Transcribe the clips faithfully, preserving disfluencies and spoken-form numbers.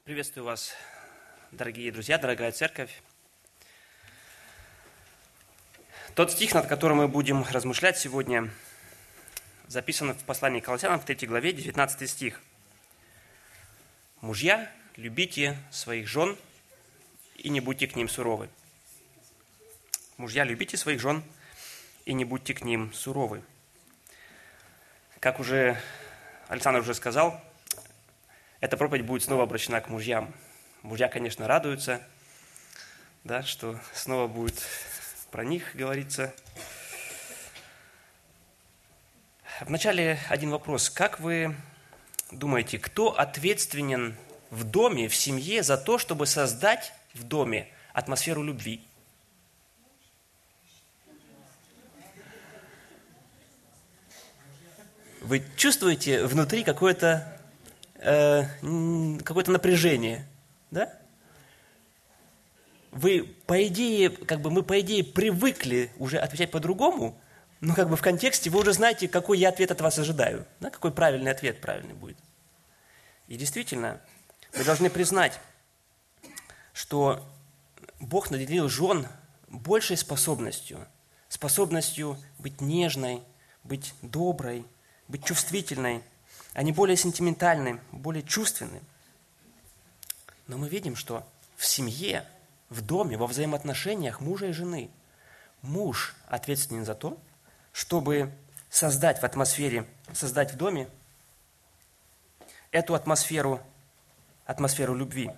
Приветствую вас, дорогие друзья, дорогая церковь. Тот стих, над которым мы будем размышлять сегодня, записан в послании к Колоссянам в третьей главе, девятнадцатый стих. «Мужья, любите своих жен и не будьте к ним суровы». Мужья, любите своих жен и не будьте к ним суровы. Как уже Александр уже сказал, эта проповедь будет снова обращена к мужьям. Мужья, конечно, радуются, да, что снова будет про них говориться. Вначале один вопрос. Как вы думаете, кто ответственен в доме, в семье за то, чтобы создать в доме атмосферу любви? Вы чувствуете внутри какое-то э, какое-то напряжение, да? Вы, по идее, как бы мы, по идее, привыкли уже отвечать по-другому, но как бы в контексте вы уже знаете, какой я ответ от вас ожидаю, да? Какой правильный ответ правильный будет. И действительно, мы должны признать, что Бог наделил жен большей способностью, способностью быть нежной, быть доброй, быть чувствительной, а не более сентиментальной, более чувственной. Но мы видим, что в семье, в доме, во взаимоотношениях мужа и жены муж ответственен за то, чтобы создать в атмосфере, создать в доме эту атмосферу, атмосферу любви.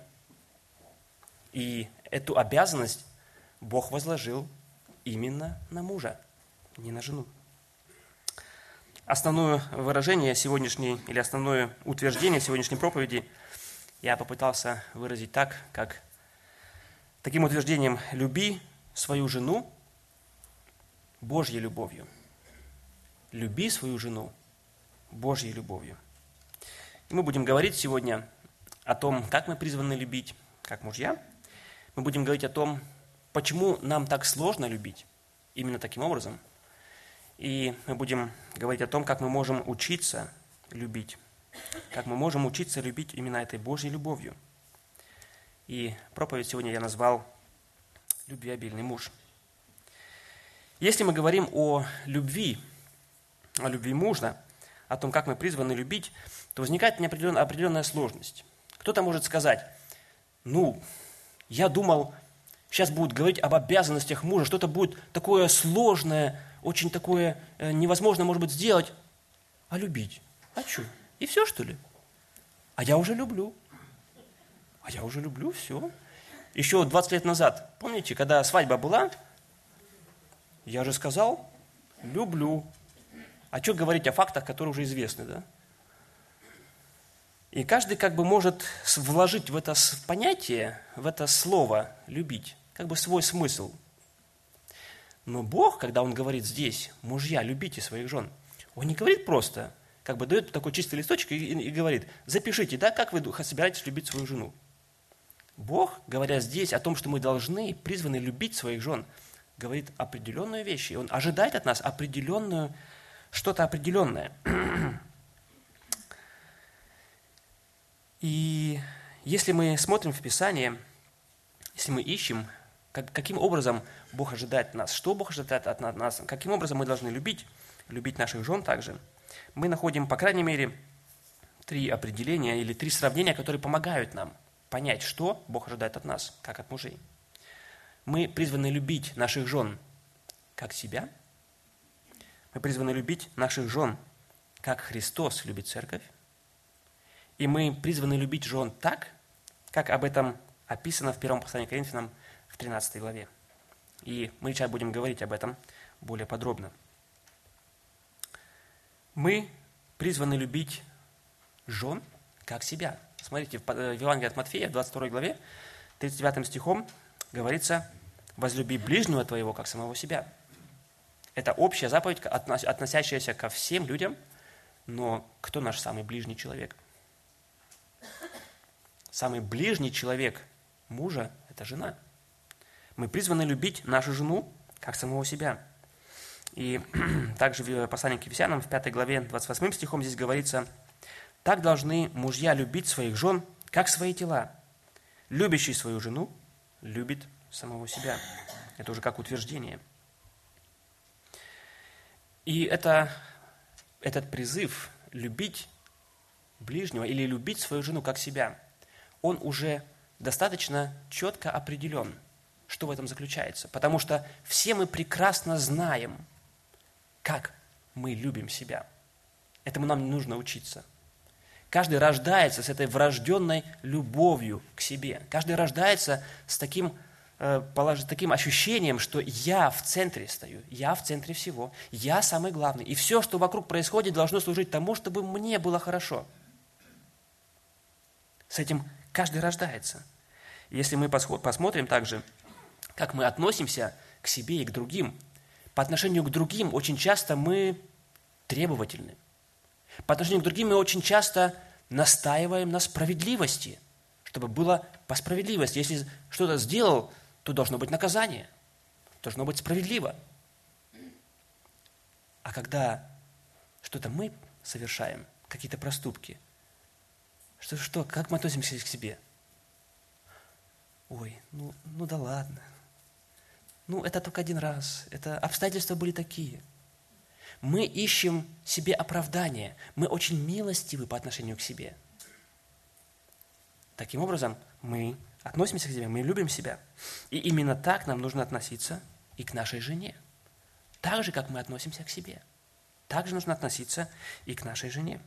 И эту обязанность Бог возложил именно на мужа, не на жену. Основное выражение сегодняшней, или основное утверждение сегодняшней проповеди я попытался выразить так, как таким утверждением: люби свою жену Божьей любовью. Люби свою жену Божьей любовью. И мы будем говорить сегодня о том, как мы призваны любить, как мужья. Мы будем говорить о том, почему нам так сложно любить именно таким образом. И мы будем говорить о том, как мы можем учиться любить, как мы можем учиться любить именно этой Божьей любовью. И проповедь сегодня я назвал «Любвеобильный муж». Если мы говорим о любви, о любви мужа, о том, как мы призваны любить, то возникает неопределенная определенная сложность. Кто-то может сказать: ну, я думал, сейчас будут говорить об обязанностях мужа, что-то будет такое сложное, очень такое э, невозможно, может быть, сделать. А любить? А что? И все, что ли? А я уже люблю. А я уже люблю, все. Еще двадцать лет назад, помните, когда свадьба была, я же сказал, люблю. А что говорить о фактах, которые уже известны, да? И каждый как бы может вложить в это понятие, в это слово «любить», как бы свой смысл. Но Бог, когда Он говорит здесь: мужья, любите своих жен, Он не говорит просто, как бы дает такой чистый листочек и, и, и говорит: запишите, да, как вы собираетесь любить свою жену. Бог, говоря здесь о том, что мы должны, призваны любить своих жен, говорит определенную вещь, и Он ожидает от нас определенную, что-то определенное. И если мы смотрим в Писание, если мы ищем, как, каким образом Бог ожидает от нас, что Бог ожидает от нас, каким образом мы должны любить, любить наших жен также, мы находим, по крайней мере, три определения или три сравнения, которые помогают нам понять, что Бог ожидает от нас, как от мужей. Мы призваны любить наших жен как себя. Мы призваны любить наших жен, как Христос любит церковь. И мы призваны любить жен так, как об этом описано в первом послании к Коринфянам в тринадцатой главе. И мы сейчас будем говорить об этом более подробно. Мы призваны любить жен как себя. Смотрите, в Евангелии от Матфея, в двадцать второй главе, тридцать девятым стихом говорится: «Возлюби ближнего твоего, как самого себя». Это общая заповедь, относящаяся ко всем людям, но кто наш самый ближний человек? Самый ближний человек мужа – это жена. Мы призваны любить нашу жену, как самого себя. И также в послании к Ефесянам, в пятой главе, двадцать восьмым стихом здесь говорится: «Так должны мужья любить своих жен, как свои тела. Любящий свою жену любит самого себя. Это уже как утверждение. И это, этот призыв любить ближнего или любить свою жену как себя, он уже достаточно четко определен, что в этом заключается. Потому что все мы прекрасно знаем, как мы любим себя. Этому нам не нужно учиться. Каждый рождается с этой врожденной любовью к себе. Каждый рождается с таким, э, положи, таким ощущением, что я в центре стою, я в центре всего, я самый главный. И все, что вокруг происходит, должно служить тому, чтобы мне было хорошо. С этим каждый рождается. Если мы посмотрим также, как мы относимся к себе и к другим, по отношению к другим очень часто мы требовательны. По отношению к другим мы очень часто настаиваем на справедливости, чтобы было по справедливости. Если что-то сделал, то должно быть наказание, должно быть справедливо. А когда что-то мы совершаем, какие-то проступки, что, что, как мы относимся к себе? Ой, ну, ну да ладно. Ну, это только один раз. Это обстоятельства были такие. Мы ищем себе оправдание. Мы очень милостивы по отношению к себе. Таким образом, мы относимся к себе, мы любим себя. И именно так нам нужно относиться и к нашей жене. Так же, как мы относимся к себе. Так же нужно относиться и к нашей жене.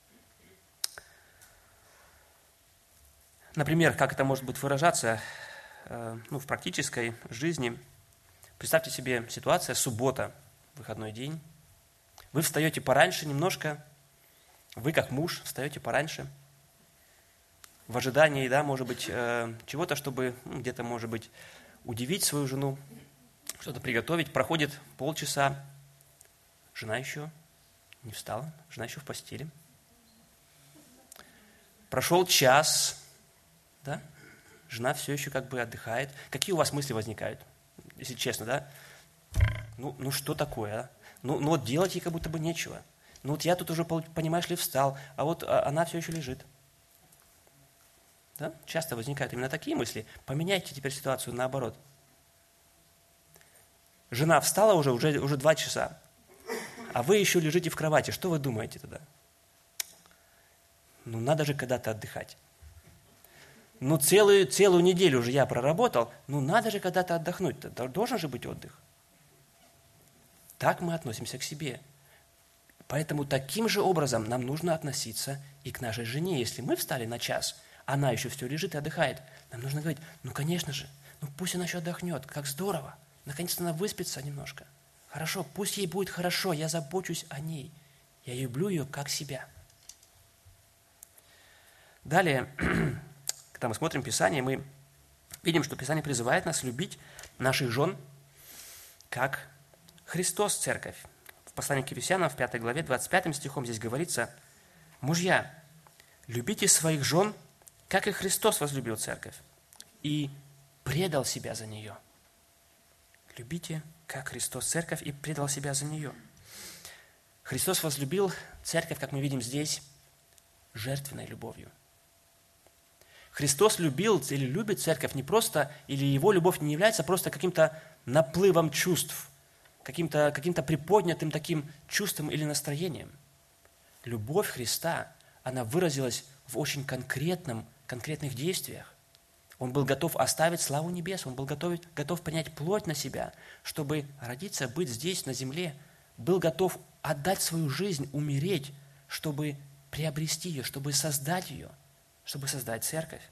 Например, как это может быть выражаться э, ну, в практической жизни. Представьте себе ситуация, суббота, выходной день. Вы встаете пораньше немножко, вы как муж встаете пораньше, в ожидании, да, может быть, э, чего-то, чтобы ну, где-то, может быть, удивить свою жену, что-то приготовить. Проходит полчаса, жена еще не встала, жена еще в постели. Прошел час, да, жена все еще как бы отдыхает. Какие у вас мысли возникают, если честно, да? Ну, ну что такое, а? Ну, ну вот делать ей как будто бы нечего. Ну вот я тут уже, понимаешь ли, встал, а вот она все еще лежит. Да? Часто возникают именно такие мысли. Поменяйте теперь ситуацию наоборот. Жена встала уже, уже, уже два часа, а вы еще лежите в кровати. Что вы думаете тогда? Ну надо же когда-то отдыхать. Ну целую, целую неделю уже я проработал, ну надо же когда-то отдохнуть. Должен же быть отдых. Так мы относимся к себе. Поэтому таким же образом нам нужно относиться и к нашей жене. Если мы встали на час, она еще все лежит и отдыхает, нам нужно говорить, ну, конечно же, ну, пусть она еще отдохнет, как здорово. Наконец-то она выспится немножко. Хорошо, пусть ей будет хорошо, я забочусь о ней. Я люблю ее как себя. Далее, когда мы смотрим Писание, мы видим, что Писание призывает нас любить наших жен как Христос, церковь. В послании к Ефесянам, в пятой главе, двадцать пятым стихом здесь говорится: «Мужья, любите своих жен, как и Христос возлюбил церковь и предал себя за нее». Любите, как Христос, церковь и предал себя за нее. Христос возлюбил церковь, как мы видим здесь, жертвенной любовью. Христос любил или любит церковь не просто, или его любовь не является просто каким-то наплывом чувств, каким-то, каким-то приподнятым таким чувством или настроением. Любовь Христа, она выразилась в очень конкретном, конкретных действиях. Он был готов оставить славу небес, он был готов, готов принять плоть на себя, чтобы родиться, быть здесь, на земле, был готов отдать свою жизнь, умереть, чтобы приобрести ее, чтобы создать ее, чтобы создать церковь.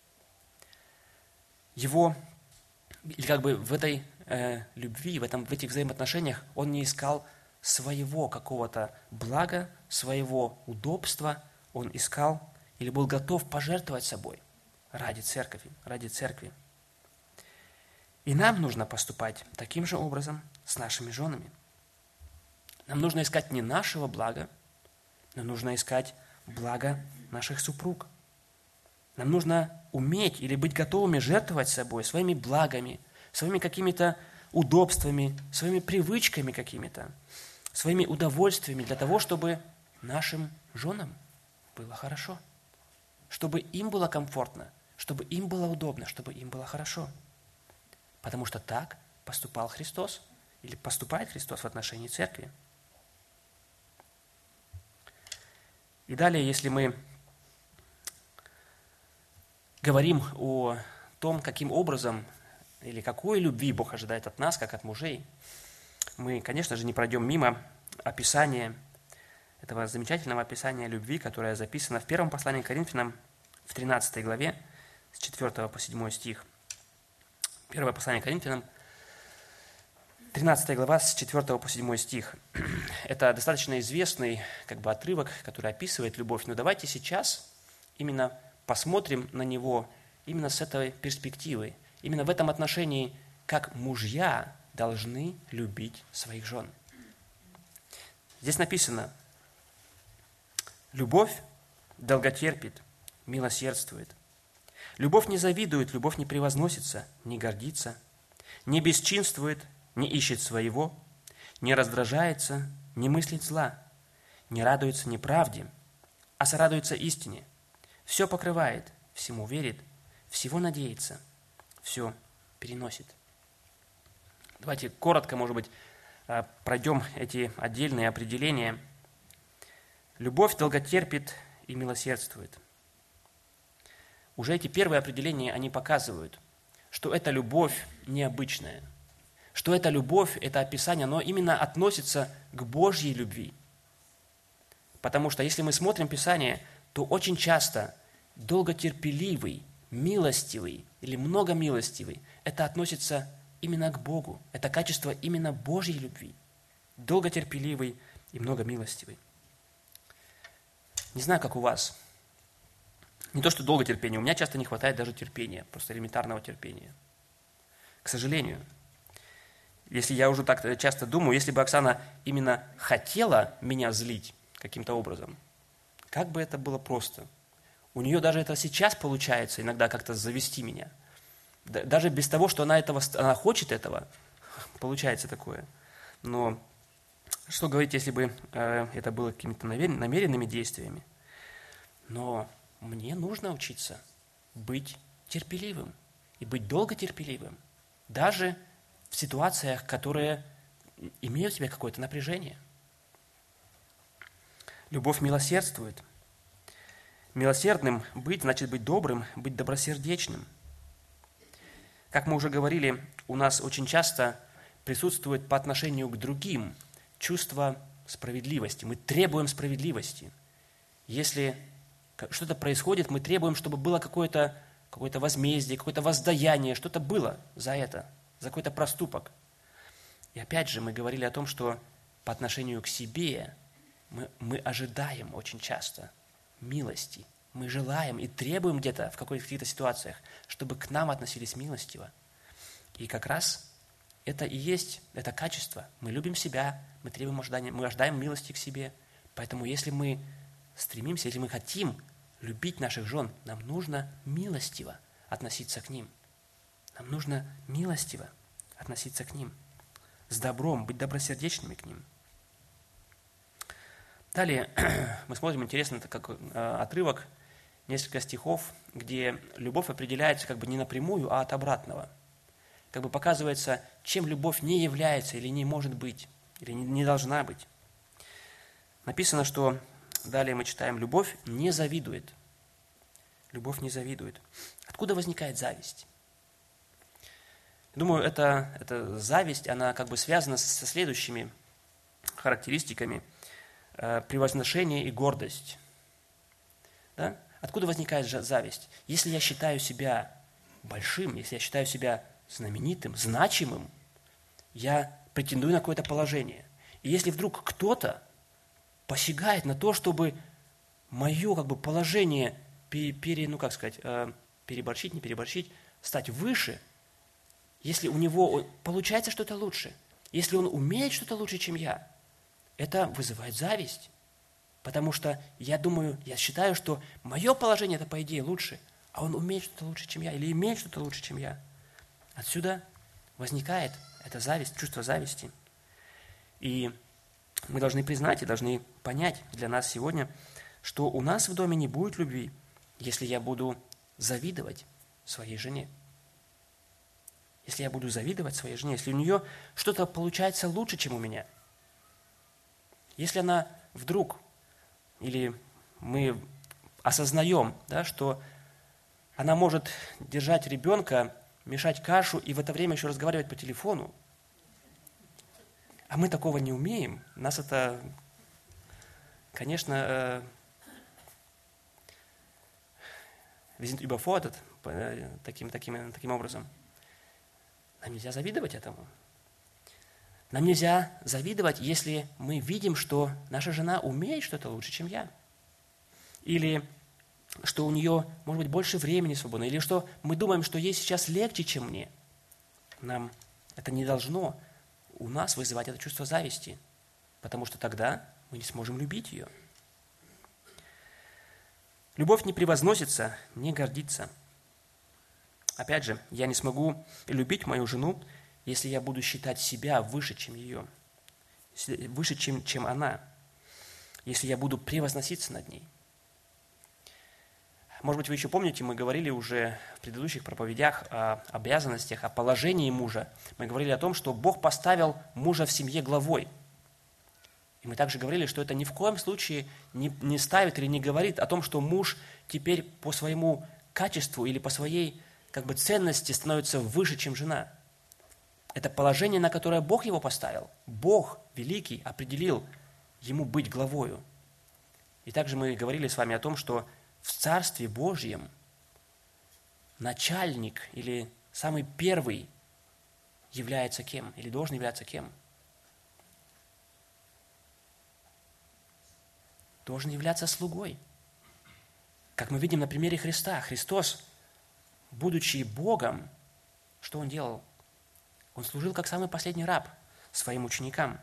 Его, или как бы в этой э, любви, в, этом, в этих взаимоотношениях он не искал своего какого-то блага, своего удобства, он искал или был готов пожертвовать собой ради церкви, ради церкви. И нам нужно поступать таким же образом с нашими женами. Нам нужно искать не нашего блага, но нужно искать благо наших супруг. Нам нужно уметь или быть готовыми жертвовать собой, своими благами, своими какими-то удобствами, своими привычками какими-то, своими удовольствиями для того, чтобы нашим женам было хорошо, чтобы им было комфортно, чтобы им было удобно, чтобы им было хорошо. Потому что так поступал Христос, или поступает Христос в отношении церкви. И далее, если мы говорим о том, каким образом или какой любви Бог ожидает от нас, как от мужей, мы, конечно же, не пройдем мимо описания, этого замечательного описания любви, которое записано в первом послании к Коринфянам в тринадцатой главе, с четвёртого по седьмой стих. Первое послание к Коринфянам, тринадцатая глава, с четвёртого по седьмой стих. Это достаточно известный как бы, отрывок, который описывает любовь. Но давайте сейчас именно посмотрим на него именно с этой перспективы. Именно в этом отношении, как мужья должны любить своих жен. Здесь написано: «Любовь долготерпит, милосердствует. Любовь не завидует, любовь не превозносится, не гордится, не бесчинствует, не ищет своего, не раздражается, не мыслит зла, не радуется неправде, а сорадуется истине. Все покрывает, всему верит, всего надеется, все переносит». Давайте коротко, может быть, пройдем эти отдельные определения. Любовь долготерпит и милосердствует. Уже эти первые определения, они показывают, что эта любовь необычная, что эта любовь, это описание, оно именно относится к Божьей любви. Потому что если мы смотрим Писание, то очень часто долготерпеливый, милостивый или многомилостивый, это относится именно к Богу. Это качество именно Божьей любви. Долготерпеливый и многомилостивый. Не знаю, как у вас. Не то, что долготерпение. У меня часто не хватает даже терпения, просто элементарного терпения. К сожалению. Если я уже так часто думаю, если бы Оксана именно хотела меня злить каким-то образом, как бы это было просто. У нее даже это сейчас получается иногда как-то завести меня. Даже без того, что она, этого, она хочет этого, получается такое. Но что говорить, если бы э, это было какими-то намеренными действиями? Но мне нужно учиться быть терпеливым и быть долготерпеливым, даже в ситуациях, которые имеют в себе какое-то напряжение. Любовь милосердствует. Милосердным быть значит быть добрым, быть добросердечным. Как мы уже говорили, у нас очень часто присутствует по отношению к другим чувство справедливости. Мы требуем справедливости. Если что-то происходит, мы требуем, чтобы было какое-то, какое-то возмездие, какое-то воздаяние, что-то было за это, за какой-то проступок. И опять же, мы говорили о том, что по отношению к себе мы, мы ожидаем очень часто милости. Мы желаем и требуем где-то в каких-то ситуациях, чтобы к нам относились милостиво. И как раз это и есть это качество. Мы любим себя, мы требуем ожидания, мы ожидаем милости к себе. Поэтому если мы стремимся, если мы хотим любить наших жен, нам нужно милостиво относиться к ним. Нам нужно милостиво относиться к ним. С добром, быть добросердечными к ним. Далее мы смотрим, интересно, это как э, отрывок, несколько стихов, где любовь определяется как бы не напрямую, а от обратного. Как бы показывается, чем любовь не является или не может быть, или не, не должна быть. Написано, что, далее мы читаем, любовь не завидует. Любовь не завидует. Откуда возникает зависть? Думаю, это, эта зависть, она как бы связана со следующими характеристиками. Э, превозношение и гордость. Да? Откуда возникает зависть? Если я считаю себя большим, если я считаю себя знаменитым, значимым, я претендую на какое-то положение. И если вдруг кто-то посягает на то, чтобы мое как бы, положение пере, пере, ну, как сказать, э, переборщить, не переборщить, стать выше, если у него получается что-то лучше, если он умеет что-то лучше, чем я, это вызывает зависть. Потому что я думаю, я считаю, что мое положение это по идее лучше, а он умеет что-то лучше, чем я, или имеет что-то лучше, чем я. Отсюда возникает эта зависть, чувство зависти. И мы должны признать и должны понять для нас сегодня, что у нас в доме не будет любви, если я буду завидовать своей жене. Если я буду завидовать своей жене, если у нее что-то получается лучше, чем у меня, если она вдруг, или мы осознаем, да, что она может держать ребенка, мешать кашу и в это время еще разговаривать по телефону, а мы такого не умеем, нас это, конечно, wir sind überfordert таким, таким, таким образом. Нам нельзя завидовать этому. Нам нельзя завидовать, если мы видим, что наша жена умеет что-то лучше, чем я. Или что у нее, может быть, больше времени свободно. Или что мы думаем, что ей сейчас легче, чем мне. Нам это не должно у нас вызывать это чувство зависти, потому что тогда мы не сможем любить ее. Любовь не превозносится, не гордится. Опять же, я не смогу любить мою жену, если я буду считать себя выше, чем ее, выше, чем, чем она, если я буду превозноситься над ней. Может быть, вы еще помните, мы говорили уже в предыдущих проповедях о обязанностях, о положении мужа. Мы говорили о том, что Бог поставил мужа в семье главой. И мы также говорили, что это ни в коем случае не, не ставит или не говорит о том, что муж теперь по своему качеству или по своей как бы ценности становится выше, чем жена. Это положение, на которое Бог его поставил. Бог великий определил ему быть главою. И также мы говорили с вами о том, что в Царстве Божьем начальник или самый первый является кем? Или должен являться кем? Должен являться слугой. Как мы видим на примере Христа. Христос, будучи Богом, что Он делал? Он служил как самый последний раб своим ученикам.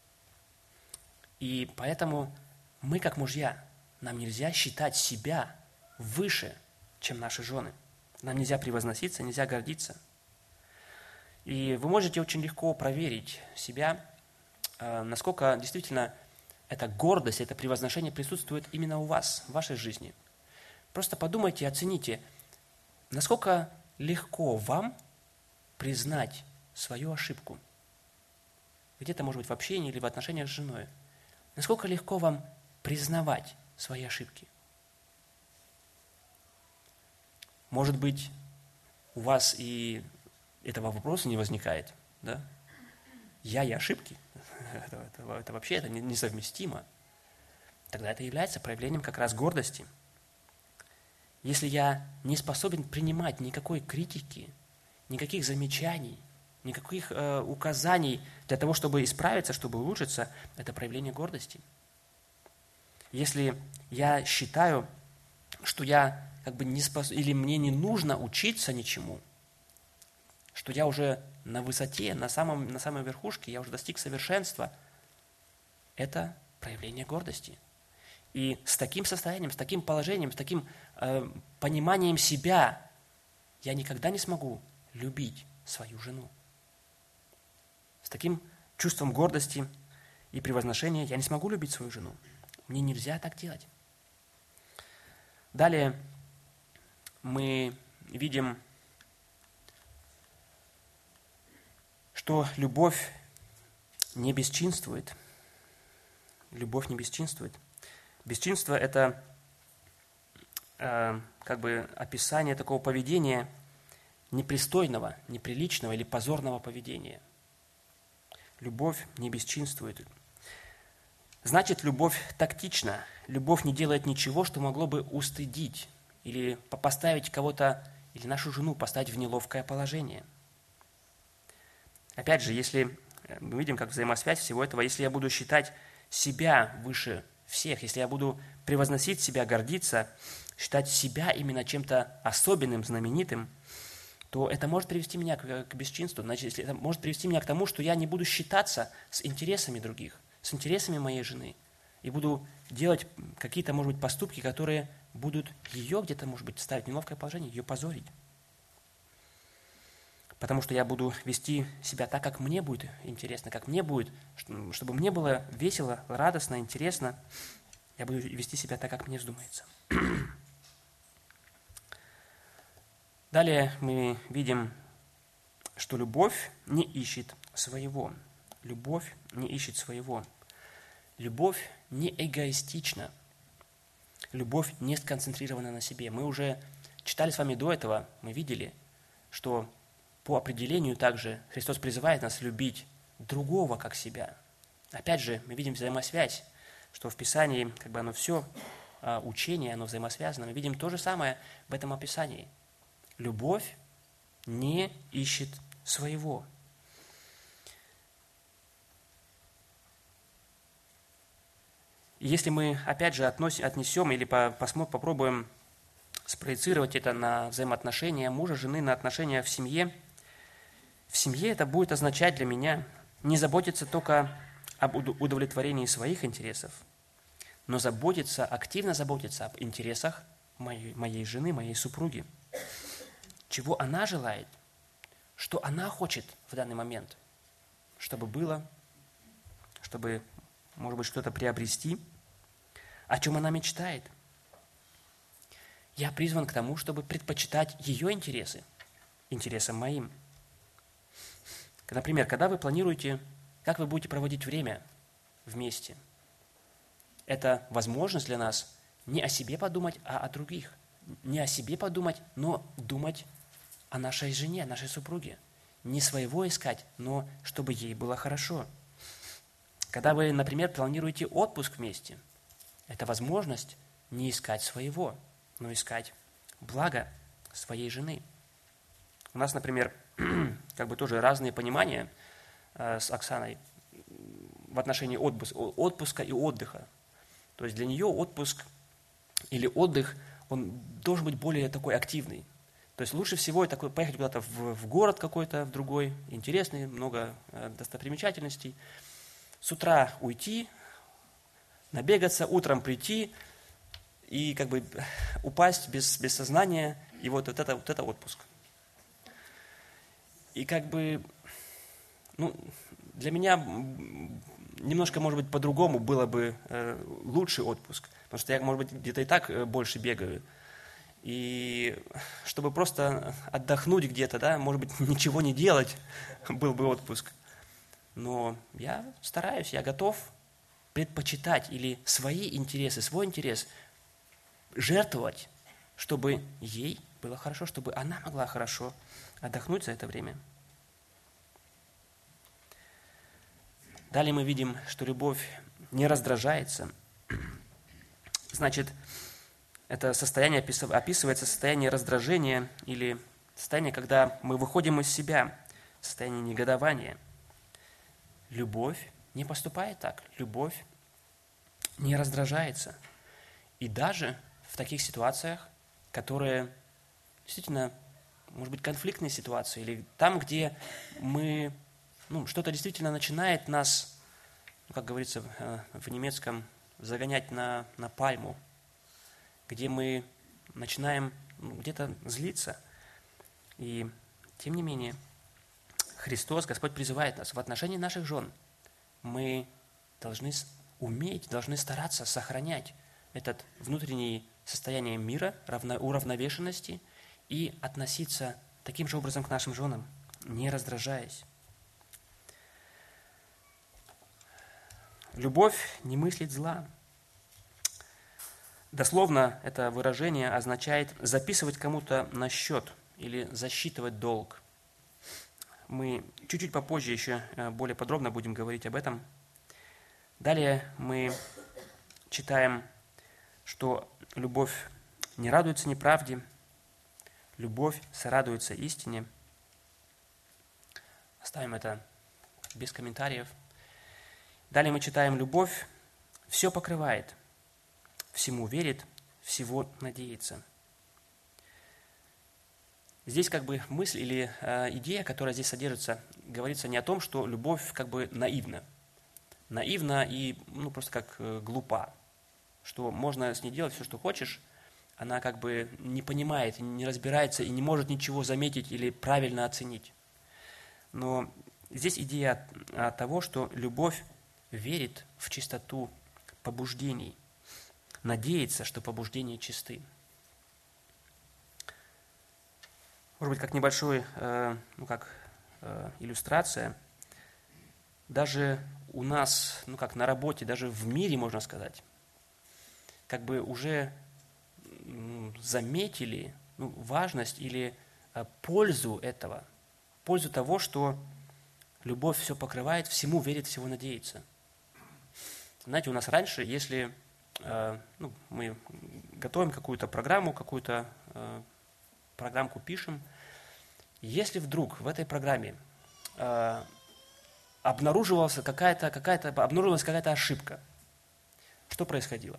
И поэтому мы, как мужья, нам нельзя считать себя выше, чем наши жены. Нам нельзя превозноситься, нельзя гордиться. И вы можете очень легко проверить себя, насколько действительно эта гордость, это превозношение присутствует именно у вас, в вашей жизни. Просто подумайте, оцените, насколько легко вам признать свою ошибку. Где-то, может быть, в общении или в отношениях с женой. Насколько легко вам признавать свои ошибки. Может быть, у вас и этого вопроса не возникает, да? Я и ошибки. Это, это, это вообще это несовместимо. Тогда это является проявлением как раз гордости. Если я не способен принимать никакой критики, никаких замечаний, никаких э, указаний для того, чтобы исправиться, чтобы улучшиться, это проявление гордости. Если я считаю, что я как бы не способен, или мне не нужно учиться ничему, что я уже на высоте, на, самом, на самой верхушке, я уже достиг совершенства, это проявление гордости. И с таким состоянием, с таким положением, с таким э, пониманием себя я никогда не смогу любить свою жену. С таким чувством гордости и превозношения я не смогу любить свою жену. Мне нельзя так делать. Далее мы видим, что любовь не бесчинствует. Любовь не бесчинствует. Бесчинство – это э, как бы описание такого поведения непристойного, неприличного или позорного поведения. Любовь не бесчинствует. Значит, любовь тактична. Любовь не делает ничего, что могло бы устыдить или поставить кого-то, или нашу жену поставить в неловкое положение. Опять же, если мы видим, как взаимосвязь всего этого, если я буду считать себя выше всех, если я буду превозносить себя, гордиться, считать себя именно чем-то особенным, знаменитым, то это может привести меня к, к бесчинству. Значит, это может привести меня к тому, что я не буду считаться с интересами других, с интересами моей жены, и буду делать какие-то, может быть, поступки, которые будут ее где-то, может быть, ставить в неловкое положение, ее позорить. Потому что я буду вести себя так, как мне будет интересно, как мне будет, чтобы мне было весело, радостно, интересно. Я буду вести себя так, как мне вздумается. Далее мы видим, что любовь не ищет своего. Любовь не ищет своего. Любовь не эгоистична. Любовь не сконцентрирована на себе. Мы уже читали с вами до этого, мы видели, что по определению также Христос призывает нас любить другого, как себя. Опять же, мы видим взаимосвязь, что в Писании, как бы оно все, учение, оно взаимосвязано. Мы видим то же самое в этом описании. Любовь не ищет своего. И если мы, опять же, относим, отнесем или посмотрим, попробуем спроецировать это на взаимоотношения мужа, жены, на отношения в семье, в семье это будет означать для меня не заботиться только об удовлетворении своих интересов, но заботиться, активно заботиться об интересах моей, моей жены, моей супруги. Чего она желает, что она хочет в данный момент, чтобы было, чтобы, может быть, что-то приобрести, о чем она мечтает. Я призван к тому, чтобы предпочитать ее интересы интересам моим. Например, когда вы планируете, как вы будете проводить время вместе, это возможность для нас не о себе подумать, а о других. Не о себе подумать, но думать о нашей жене, о нашей супруге. Не своего искать, но чтобы ей было хорошо. Когда вы, например, планируете отпуск вместе, это возможность не искать своего, но искать благо своей жены. У нас, например, как бы тоже разные понимания э, с Оксаной в отношении отпуска, отпуска и отдыха. То есть для нее отпуск или отдых, он должен быть более такой активный. То есть лучше всего такой, поехать куда-то в, в город какой-то, в другой, интересный, много э, достопримечательностей. С утра уйти, набегаться, утром прийти и как бы упасть без, без сознания, и вот, вот, это, вот это отпуск. И как бы, ну, для меня немножко, может быть, по-другому было бы э, лучший отпуск, потому что я, может быть, где-то и так э, больше бегаю. И чтобы просто отдохнуть где-то, да, может быть, ничего не делать, был бы отпуск. Но я стараюсь, я готов предпочитать или свои интересы, свой интерес жертвовать, чтобы ей было хорошо, чтобы она могла хорошо отдохнуть за это время. Далее мы видим, что любовь не раздражается. Значит, это состояние описывается состояние раздражения или состояние, когда мы выходим из себя, состояние негодования. Любовь не поступает так. Любовь не раздражается. И даже в таких ситуациях, которые действительно, может быть, конфликтные ситуации, или там, где мы, ну, что-то действительно начинает нас, ну, как говорится в немецком, загонять на, на пальму, где мы начинаем ну, где-то злиться. И тем не менее, Христос, Господь призывает нас в отношении наших жен. Мы должны уметь, должны стараться сохранять это внутреннее состояние мира, уравновешенности и относиться таким же образом к нашим женам, не раздражаясь. Любовь не мыслит зла. Дословно это выражение означает записывать кому-то на счет или засчитывать долг. Мы чуть-чуть попозже еще более подробно будем говорить об этом. Далее мы читаем, что любовь не радуется неправде, любовь сорадуется истине. Оставим это без комментариев. Далее мы читаем, любовь все покрывает, всему верит, всего надеется. Здесь как бы мысль или э, идея, которая здесь содержится, говорится не о том, что любовь как бы наивна. Наивна и ну, просто как э, глупа. Что можно с ней делать все, что хочешь, она как бы не понимает, не разбирается и не может ничего заметить или правильно оценить. Но здесь идея от того, что любовь верит в чистоту побуждений, надеется, что побуждения чисты. Может быть, как небольшой, э, ну как э, иллюстрация, даже у нас, ну как на работе, даже в мире, можно сказать, как бы уже м, заметили ну, важность или э, пользу этого, пользу того, что любовь все покрывает, всему верит, всего надеется. Знаете, у нас раньше, если э, ну, мы готовим какую-то программу, какую-то э, программку пишем, если вдруг в этой программе э, обнаруживалась какая-то, какая-то, обнаруживалась какая-то ошибка, что происходило?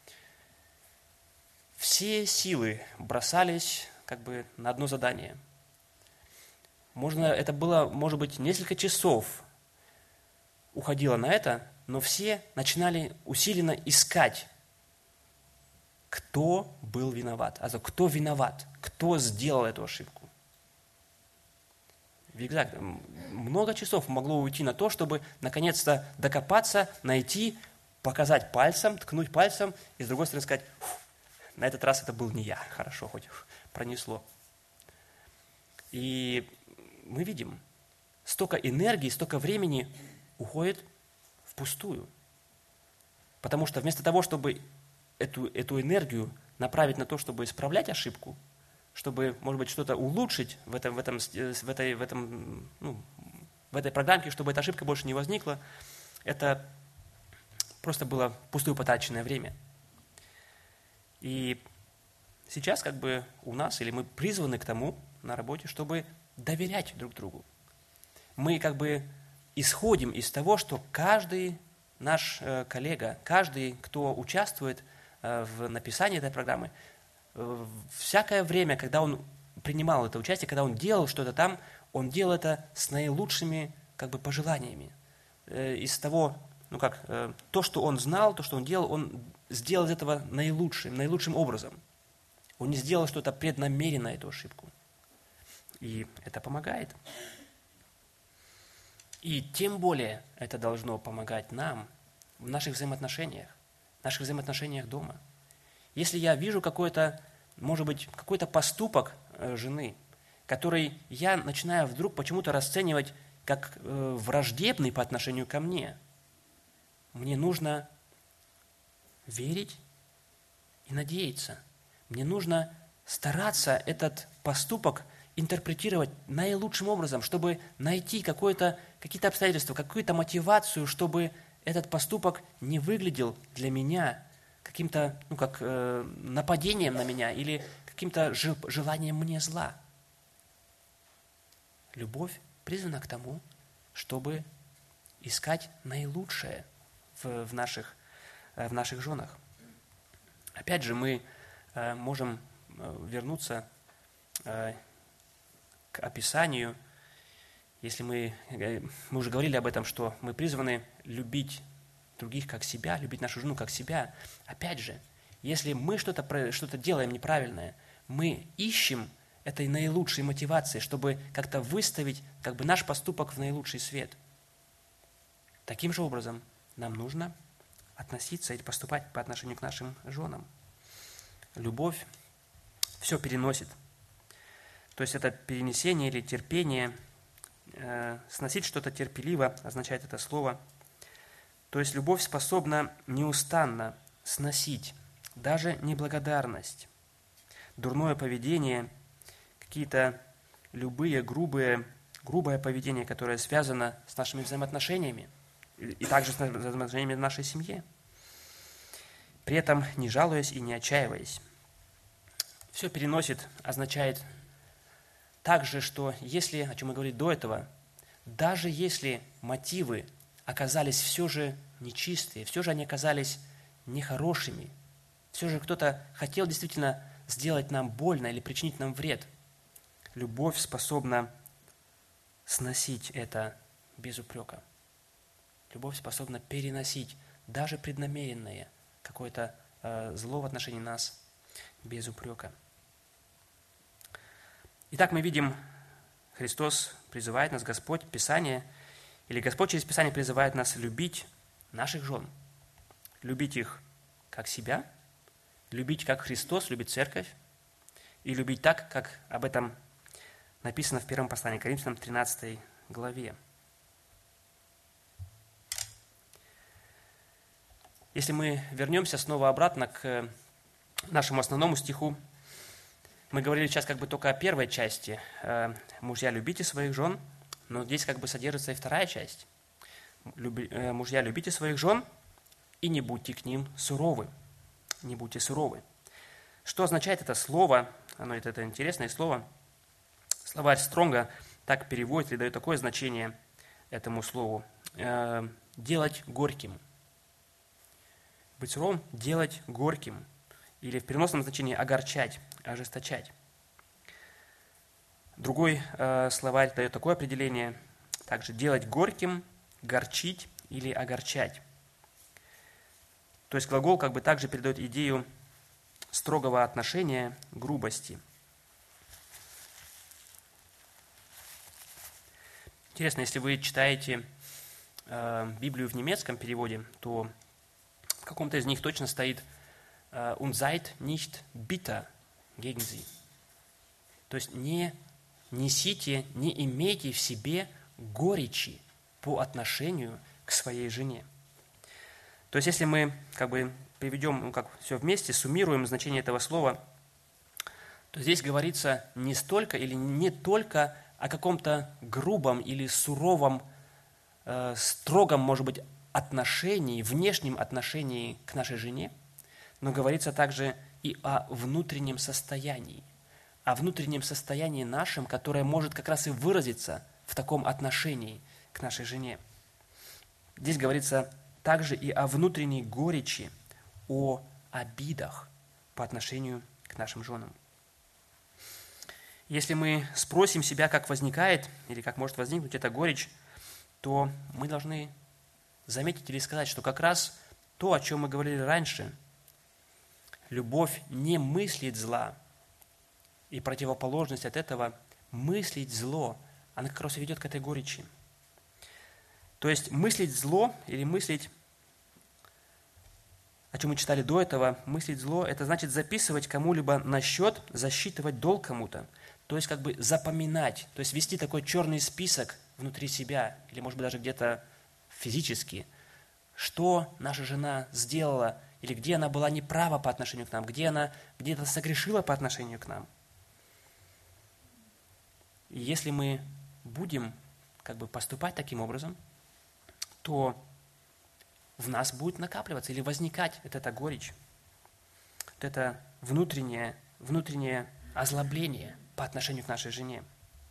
Все силы бросались как бы на одно задание. Можно, это было, может быть, несколько часов уходило на это, но все начинали усиленно искать, кто был виноват. А кто виноват, кто сделал эту ошибку. Много часов могло уйти на то, чтобы наконец-то докопаться, найти, показать пальцем, ткнуть пальцем, и с другой стороны сказать, на этот раз это был не я, хорошо, хоть пронесло. И мы видим, столько энергии, столько времени уходит впустую. Потому что вместо того, чтобы эту, эту энергию направить на то, чтобы исправлять ошибку, чтобы, может быть, что-то улучшить в, этом, в, этом, в, этой, в, этом, ну, в этой программке, чтобы эта ошибка больше не возникла, это просто было впустую потраченное время. И сейчас как бы у нас, или мы призваны к тому на работе, чтобы доверять друг другу. Мы как бы исходим из того, что каждый наш э, коллега, каждый, кто участвует э, в написании этой программы, э, всякое время, когда он принимал это участие, когда он делал что-то там, он делал это с наилучшими как бы пожеланиями. Э, из того, ну как, э, то, что он знал, то, что он делал, он сделал из этого наилучшим, наилучшим образом. Он не сделал что-то преднамеренно, эту ошибку. И это помогает. И тем более это должно помогать нам в наших взаимоотношениях, в наших взаимоотношениях дома. Если я вижу какой-то, может быть, какой-то поступок жены, который я начинаю вдруг почему-то расценивать как враждебный по отношению ко мне, мне нужно верить и надеяться. Мне нужно стараться этот поступок интерпретировать наилучшим образом, чтобы найти какое-то, какие-то обстоятельства, какую-то мотивацию, чтобы этот поступок не выглядел для меня каким-то, ну, как э, нападением на меня или каким-то желанием мне зла. Любовь призвана к тому, чтобы искать наилучшее в, в, наших, э, в наших женах. Опять же, мы э, можем э, вернуться э, к описанию, если мы, мы уже говорили об этом, что мы призваны любить других как себя, любить нашу жену как себя. Опять же, если мы что-то, что-то делаем неправильное, мы ищем этой наилучшей мотивации, чтобы как-то выставить как бы наш поступок в наилучший свет. Таким же образом нам нужно относиться или поступать по отношению к нашим женам. Любовь все переносит. То есть это перенесение или терпение, э, сносить что-то терпеливо означает это слово. То есть любовь способна неустанно сносить даже неблагодарность, дурное поведение, какие-то любые грубые, грубое поведение, которое связано с нашими взаимоотношениями и также с взаимоотношениями в нашей семье, при этом не жалуясь и не отчаиваясь. Все переносит означает также, что если, о чем мы говорили до этого, даже если мотивы оказались все же нечистые, все же они оказались нехорошими, все же кто-то хотел действительно сделать нам больно или причинить нам вред, любовь способна сносить это без упрека. Любовь способна переносить даже преднамеренное какое-то э, зло в отношении нас без упрека. Итак, мы видим, Христос призывает нас, Господь, Писание, или Господь через Писание призывает нас любить наших жен, любить их как себя, любить как Христос любит церковь, и любить так, как об этом написано в первом послании к Коринфянам, тринадцатой главе. Если мы вернемся снова обратно к нашему основному стиху, мы говорили сейчас как бы только о первой части. «Мужья, любите своих жен», но здесь как бы содержится и вторая часть. «Мужья, любите своих жен, и не будьте к ним суровы». Не будьте суровы. Что означает это слово? Оно это, это интересное слово. Словарь Стронга так переводит или дает такое значение этому слову. «Делать горьким». Быть суровым – делать горьким. Или в переносном значении огорчать, ожесточать. Другой э, словарь дает такое определение. Также делать горьким, горчить или огорчать. То есть глагол как бы также передает идею строгого отношения, грубости. Интересно, если вы читаете э, Библию в немецком переводе, то в каком-то из них точно стоит «Und seid nicht bitter gegen sie». То есть не несите, не имейте в себе горечи по отношению к своей жене. То есть если мы как бы приведем, ну, как все вместе, суммируем значение этого слова, то здесь говорится не столько или не только о каком-то грубом или суровом, э, строгом, может быть, отношении, внешнем отношении к нашей жене, но говорится также и о внутреннем состоянии, о внутреннем состоянии нашем, которое может как раз и выразиться в таком отношении к нашей жене. Здесь говорится также и о внутренней горечи, о обидах по отношению к нашим женам. Если мы спросим себя, как возникает или как может возникнуть эта горечь, то мы должны заметить или сказать, что как раз то, о чем мы говорили раньше, любовь не мыслит зла, и противоположность от этого мыслить зло, она как раз ведет к этой горечи. То есть мыслить зло или мыслить, о чем мы читали до этого, мыслить зло, это значит записывать кому-либо на счет, засчитывать долг кому-то, то есть как бы запоминать, то есть вести такой черный список внутри себя, или может быть даже где-то физически, что наша жена сделала, или где она была неправа по отношению к нам, где она где-то согрешила по отношению к нам. И если мы будем как бы поступать таким образом, то в нас будет накапливаться или возникать вот эта горечь, вот это внутреннее, внутреннее озлобление по отношению к нашей жене.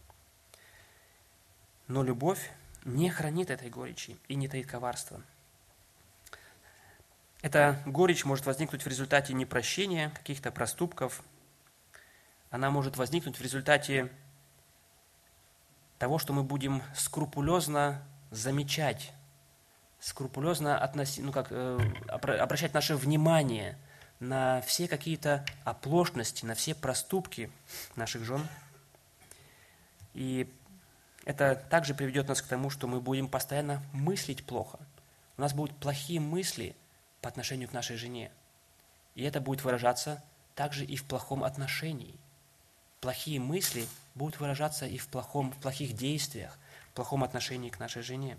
Но любовь не хранит этой горечи и не таит коварства. Эта горечь может возникнуть в результате непрощения каких-то проступков. Она может возникнуть в результате того, что мы будем скрупулезно замечать, скрупулезно относи, ну как, э, обращать наше внимание на все какие-то оплошности, на все проступки наших жен. И это также приведет нас к тому, что мы будем постоянно мыслить плохо. У нас будут плохие мысли по отношению к нашей жене. И это будет выражаться также и в плохом отношении. Плохие мысли будут выражаться и в, плохом, в плохих действиях, в плохом отношении к нашей жене.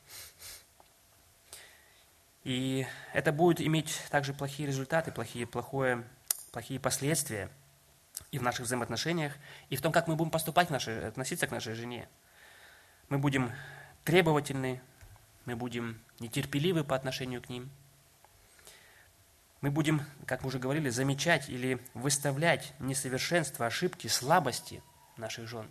И это будет иметь также плохие результаты, плохие, плохое, плохие последствия и в наших взаимоотношениях, и в том, как мы будем поступать, к нашей, относиться к нашей жене. Мы будем требовательны, мы будем нетерпеливы по отношению к ним. Мы будем, как мы уже говорили, замечать или выставлять несовершенства, ошибки, слабости наших жен.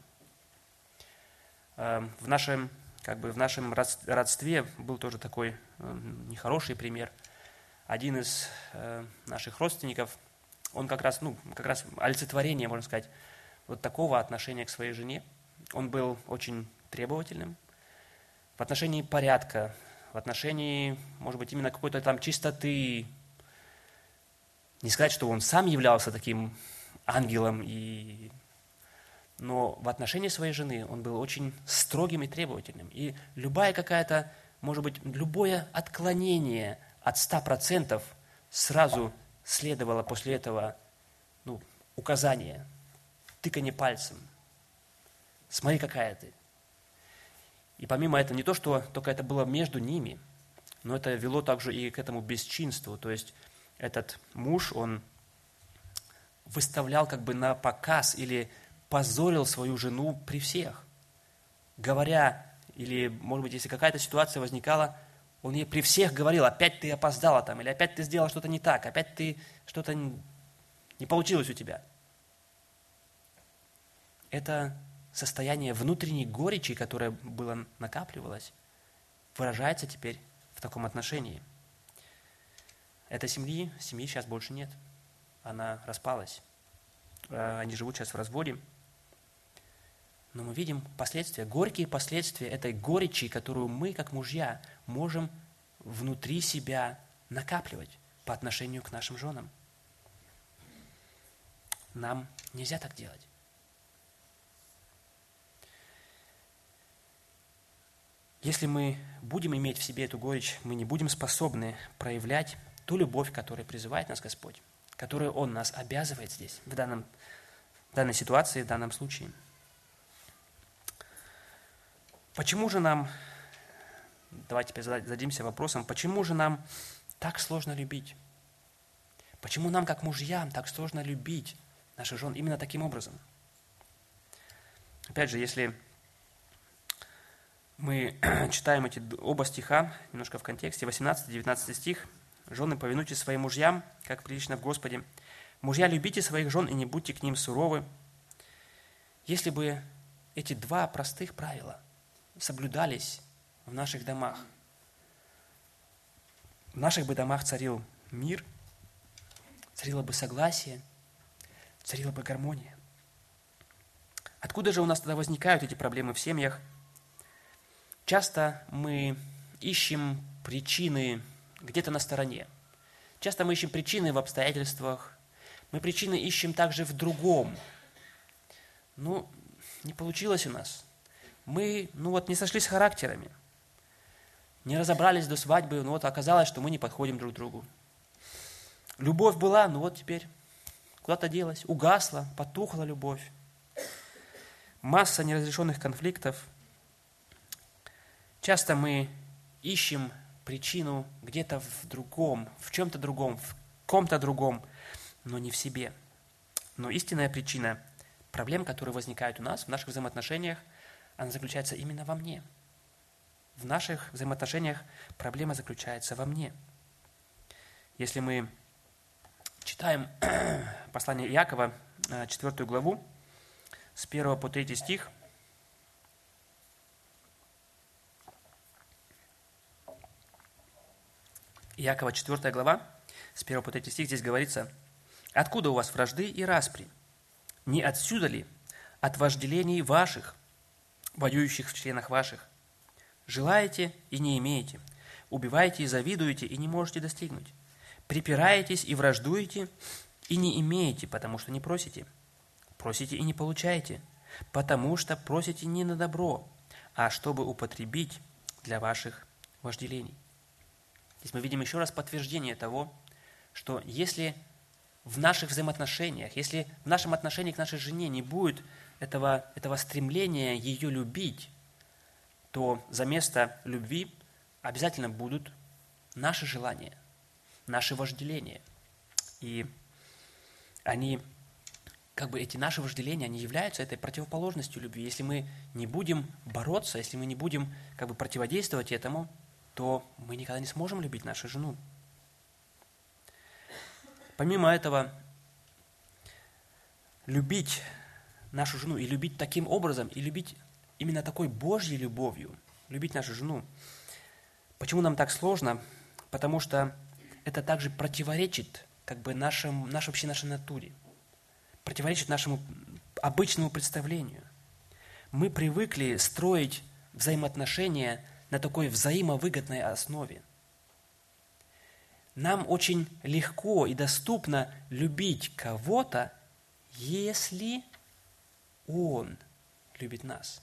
В нашем, как бы в нашем родстве был тоже такой нехороший пример. Один из наших родственников, он как раз, ну, как раз олицетворение, можно сказать, вот такого отношения к своей жене. Он был очень требовательным в отношении порядка, в отношении, может быть, именно какой-то там чистоты. Не сказать, что он сам являлся таким ангелом, и... но в отношении своей жены он был очень строгим и требовательным. И любая какая-то, может быть, любое отклонение от ста процентов сразу следовало после этого, ну, указание, тыканье пальцем. смотри, какая ты. И помимо этого, не то, что только это было между ними, но это вело также и к этому бесчинству. То есть этот муж, он выставлял как бы на показ или позорил свою жену при всех, говоря, или, может быть, если какая-то ситуация возникала, он ей при всех говорил: опять ты опоздала там, или опять ты сделала что-то не так, опять ты что-то не получилось у тебя. Это состояние внутренней горечи, которое было накапливалось, выражается теперь в таком отношении. Этой семьи, семьи сейчас больше нет. Она распалась. Они живут сейчас в разводе. Но мы видим последствия, горькие последствия этой горечи, которую мы, как мужья, можем внутри себя накапливать по отношению к нашим женам. Нам нельзя так делать. Если мы будем иметь в себе эту горечь, мы не будем способны проявлять ту любовь, которой призывает нас Господь, которую Он нас обязывает здесь, в, данном, в данной ситуации, в данном случае. Почему же нам, давайте теперь зададимся вопросом, почему же нам так сложно любить? Почему нам, как мужьям, так сложно любить наших жен именно таким образом? Опять же, если мы читаем эти оба стиха, немножко в контексте, восемнадцатый-девятнадцатый стих, «Жены, повинуйтесь своим мужьям, как прилично в Господе. Мужья, любите своих жен и не будьте к ним суровы». Если бы эти два простых правила соблюдались в наших домах, в наших бы домах царил мир, царило бы согласие, царила бы гармония. Откуда же у нас тогда возникают эти проблемы в семьях? Часто мы ищем причины где-то на стороне. Часто мы ищем причины в обстоятельствах. Мы причины ищем также в другом. Ну, не получилось у нас. Мы, ну вот, не сошлись характерами. Не разобрались до свадьбы, ну вот оказалось, что мы не подходим друг к другу. Любовь была, ну вот теперь куда-то делась, угасла, потухла любовь. Масса неразрешенных конфликтов. Часто мы ищем причину где-то в другом, в чем-то другом, в ком-то другом, но не в себе. Но истинная причина проблем, которые возникают у нас в наших взаимоотношениях, она заключается именно во мне. В наших взаимоотношениях проблема заключается во мне. Если мы читаем послание Иакова, четвёртую главу, с первого по третий стих, Иакова, четвёртая глава, с первого по третий стих, здесь говорится: «Откуда у вас вражды и распри? Не отсюда ли? От вожделений ваших, воюющих в членах ваших? Желаете и не имеете, убиваете и завидуете и не можете достигнуть. Припираетесь и враждуете и не имеете, потому что не просите. Просите и не получаете, потому что просите не на добро, а чтобы употребить для ваших вожделений». Здесь мы видим еще раз подтверждение того, что если в наших взаимоотношениях, если в нашем отношении к нашей жене не будет этого, этого стремления ее любить, то за место любви обязательно будут наши желания, наши вожделения. И они, как бы эти наши вожделения, они являются этой противоположностью любви. Если мы не будем бороться, если мы не будем как бы противодействовать этому, то мы никогда не сможем любить нашу жену. Помимо этого, любить нашу жену и любить таким образом, и любить именно такой Божьей любовью, любить нашу жену. Почему нам так сложно? Потому что это также противоречит как бы нашим, нашей, вообще нашей натуре, противоречит нашему обычному представлению. Мы привыкли строить взаимоотношения на такой взаимовыгодной основе. Нам очень легко и доступно любить кого-то, если он любит нас.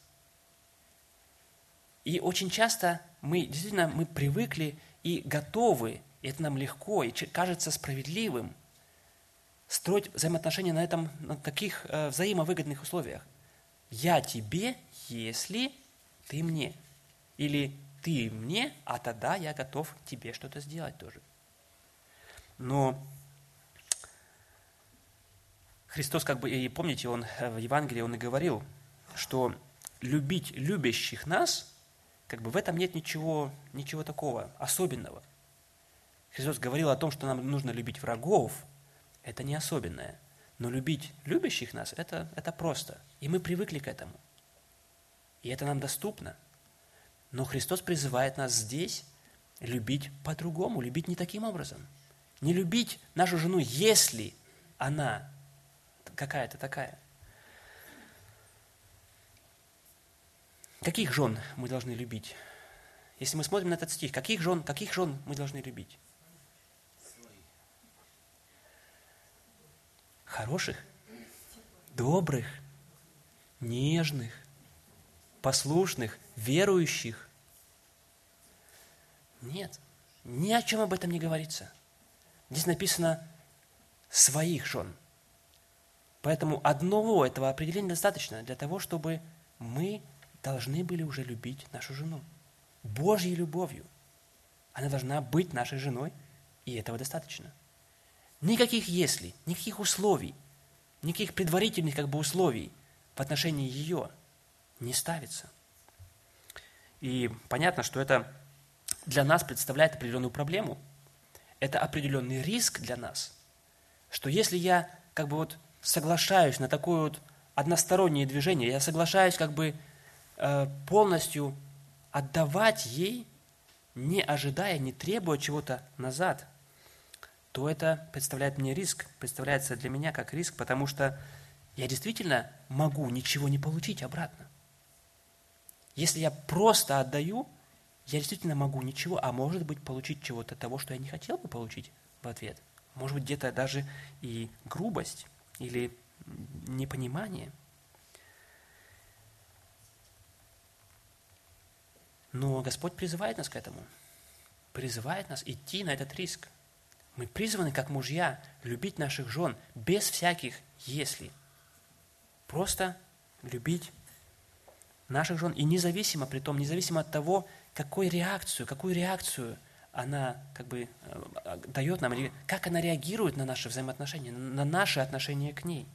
И очень часто мы действительно мы привыкли и готовы, и это нам легко, и кажется справедливым, строить взаимоотношения на, этом, на таких э, взаимовыгодных условиях. я тебе, если ты мне. Или ты мне, а тогда я готов тебе что-то сделать тоже. Но Христос, как бы, и помните, Он в Евангелии, Он и говорил, что любить любящих нас, как бы в этом нет ничего, ничего такого особенного. Христос говорил о том, что нам нужно любить врагов, это не особенное. Но любить любящих нас, это, это просто. И мы привыкли к этому. И это нам доступно. Но Христос призывает нас здесь любить по-другому, любить не таким образом. Не любить нашу жену, если она какая-то такая. Каких жен мы должны любить? Если мы смотрим на этот стих, каких жен, каких жен мы должны любить? Хороших, добрых, нежных, послушных, верующих. Нет, ни о чем об этом не говорится. Здесь написано «своих жен». Поэтому одного этого определения достаточно для того, чтобы мы должны были уже любить нашу жену. Божьей любовью. Она должна быть нашей женой, и этого достаточно. Никаких «если», никаких условий, никаких предварительных как бы условий в отношении ее не ставится. И понятно, что это для нас представляет определенную проблему. Это определенный риск для нас, что если я как бы вот соглашаюсь на такое вот одностороннее движение, я соглашаюсь как бы э, полностью отдавать ей, не ожидая, не требуя чего-то назад, то это представляет мне риск, представляется для меня как риск, потому что я действительно могу ничего не получить обратно. Если я просто отдаю, я действительно могу ничего, а может быть получить чего-то того, что я не хотел бы получить в ответ. Может быть где-то даже и грубость или непонимание. Но Господь призывает нас к этому, призывает нас идти на этот риск. Мы призваны, как мужья, любить наших жен без всяких «если». Просто любить наших жен. И независимо, при том, независимо от того, какую реакцию, какую реакцию она как бы дает нам, или как она реагирует на наши взаимоотношения, на наши отношения к ней.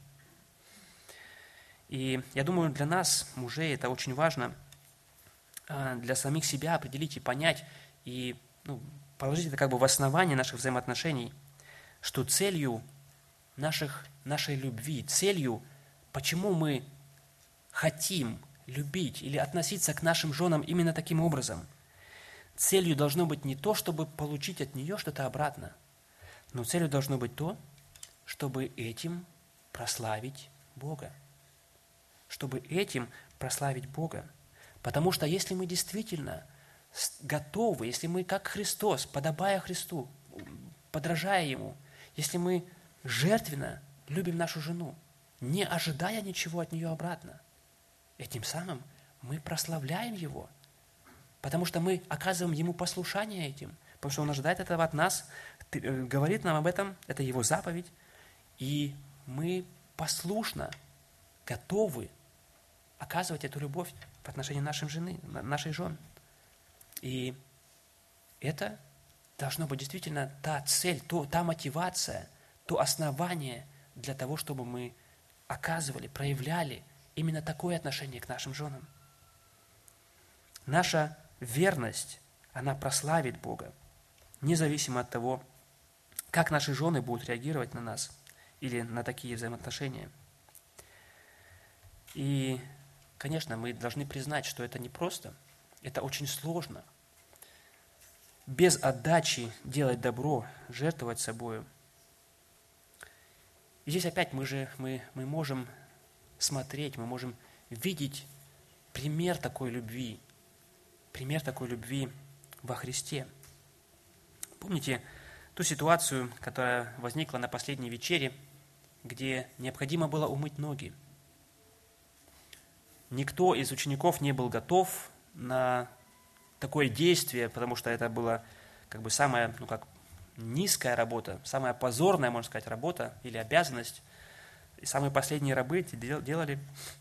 И я думаю, для нас, мужей, это очень важно для самих себя определить и понять, и ну, положить это как бы в основание наших взаимоотношений, что целью наших, нашей любви, целью, почему мы хотим любить или относиться к нашим женам именно таким образом, целью должно быть не то, чтобы получить от нее что-то обратно, но целью должно быть то, чтобы этим прославить Бога. Чтобы этим прославить Бога. Потому что если мы действительно готовы, если мы, как Христос, подобая Христу, подражая Ему, если мы жертвенно любим нашу жену, не ожидая ничего от нее обратно, этим самым мы прославляем Его, потому что мы оказываем Ему послушание этим, потому что Он ожидает этого от нас, говорит нам об этом, это Его заповедь, и мы послушно готовы оказывать эту любовь в отношении нашей жены, нашей жены. И это должно быть действительно та цель, то, та мотивация, то основание для того, чтобы мы оказывали, проявляли именно такое отношение к нашим женам. Наша верность, она прославит Бога, независимо от того, как наши жены будут реагировать на нас или на такие взаимоотношения. И, конечно, мы должны признать, что это непросто, это очень сложно. Без отдачи делать добро, жертвовать собою. И здесь опять мы же мы, мы можем смотреть, мы можем видеть пример такой любви, пример такой любви во Христе. Помните ту ситуацию, которая возникла на последней вечере, где необходимо было умыть ноги? Никто из учеников не был готов на такое действие, потому что это была как бы самая, ну как, низкая работа, самая позорная, можно сказать, работа или обязанность. И самые последние рабы эти делали.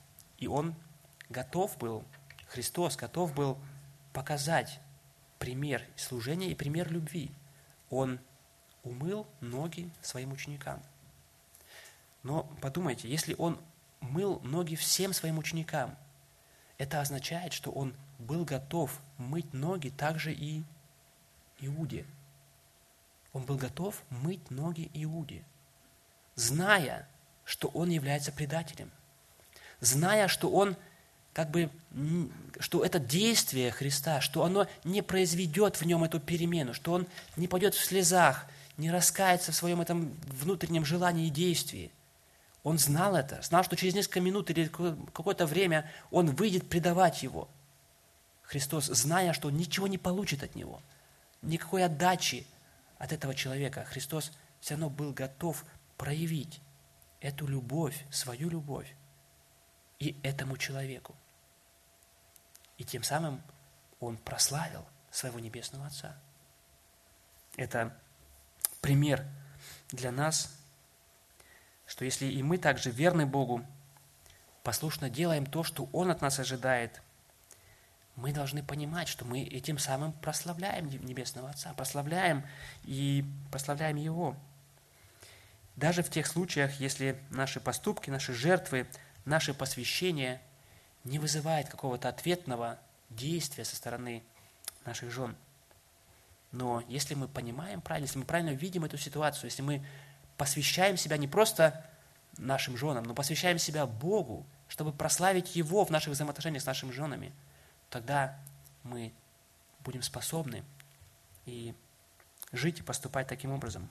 И Он готов был, Христос готов был показать пример служения и пример любви. Он умыл ноги своим ученикам. Но подумайте, если Он мыл ноги всем своим ученикам, это означает, что Он был готов мыть ноги также и Иуде. Он был готов мыть ноги Иуде, зная, что он является предателем, зная, что он как бы, что это действие Христа, что оно не произведет в нем эту перемену, что он не пойдет в слезах, не раскается в своем этом внутреннем желании и действии. Он знал это, знал, что через несколько минут или какое-то время он выйдет предавать его. Христос, зная, что ничего не получит от него, никакой отдачи от этого человека, Христос все равно был готов проявить эту любовь, свою любовь и этому человеку. И тем самым Он прославил своего Небесного Отца. Это пример для нас, что если и мы также верны Богу, послушно делаем то, что Он от нас ожидает, мы должны понимать, что мы этим самым прославляем Небесного Отца, прославляем и прославляем Его. Даже в тех случаях, если наши поступки, наши жертвы, наше посвящение не вызывает какого-то ответного действия со стороны наших жен. Но если мы понимаем правильно, если мы правильно видим эту ситуацию, если мы посвящаем себя не просто нашим женам, но посвящаем себя Богу, чтобы прославить Его в наших взаимоотношениях с нашими женами, тогда мы будем способны и жить и поступать таким образом.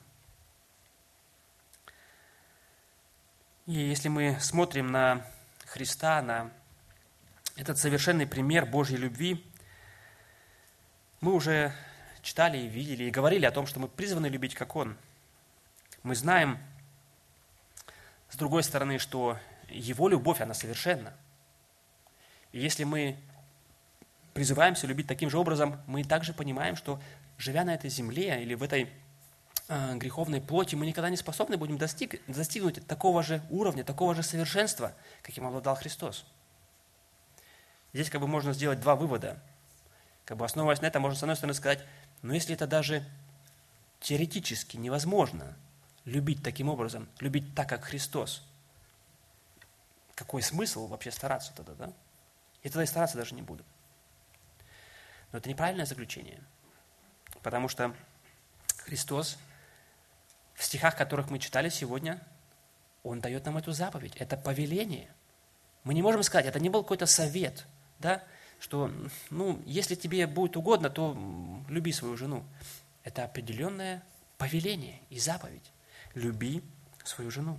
И если мы смотрим на Христа, на этот совершенный пример Божьей любви, мы уже читали и видели, и говорили о том, что мы призваны любить, как Он. Мы знаем, с другой стороны, что Его любовь, она совершенна. И если мы призываемся любить таким же образом, мы также понимаем, что, живя на этой земле или в этой э, греховной плоти, мы никогда не способны будем достиг, достигнуть такого же уровня, такого же совершенства, каким обладал Христос. Здесь как бы можно сделать два вывода. Как бы основываясь на этом, можно с одной стороны сказать, но если это даже теоретически невозможно любить таким образом, любить так, как Христос, какой смысл вообще стараться тогда, да? И тогда и стараться даже не буду. Но это неправильное заключение, потому что Христос в стихах, которых мы читали сегодня, Он дает нам эту заповедь, это повеление. Мы не можем сказать, это не был какой-то совет, да, что, ну, если тебе будет угодно, то люби свою жену. Это определенное повеление и заповедь. Люби свою жену.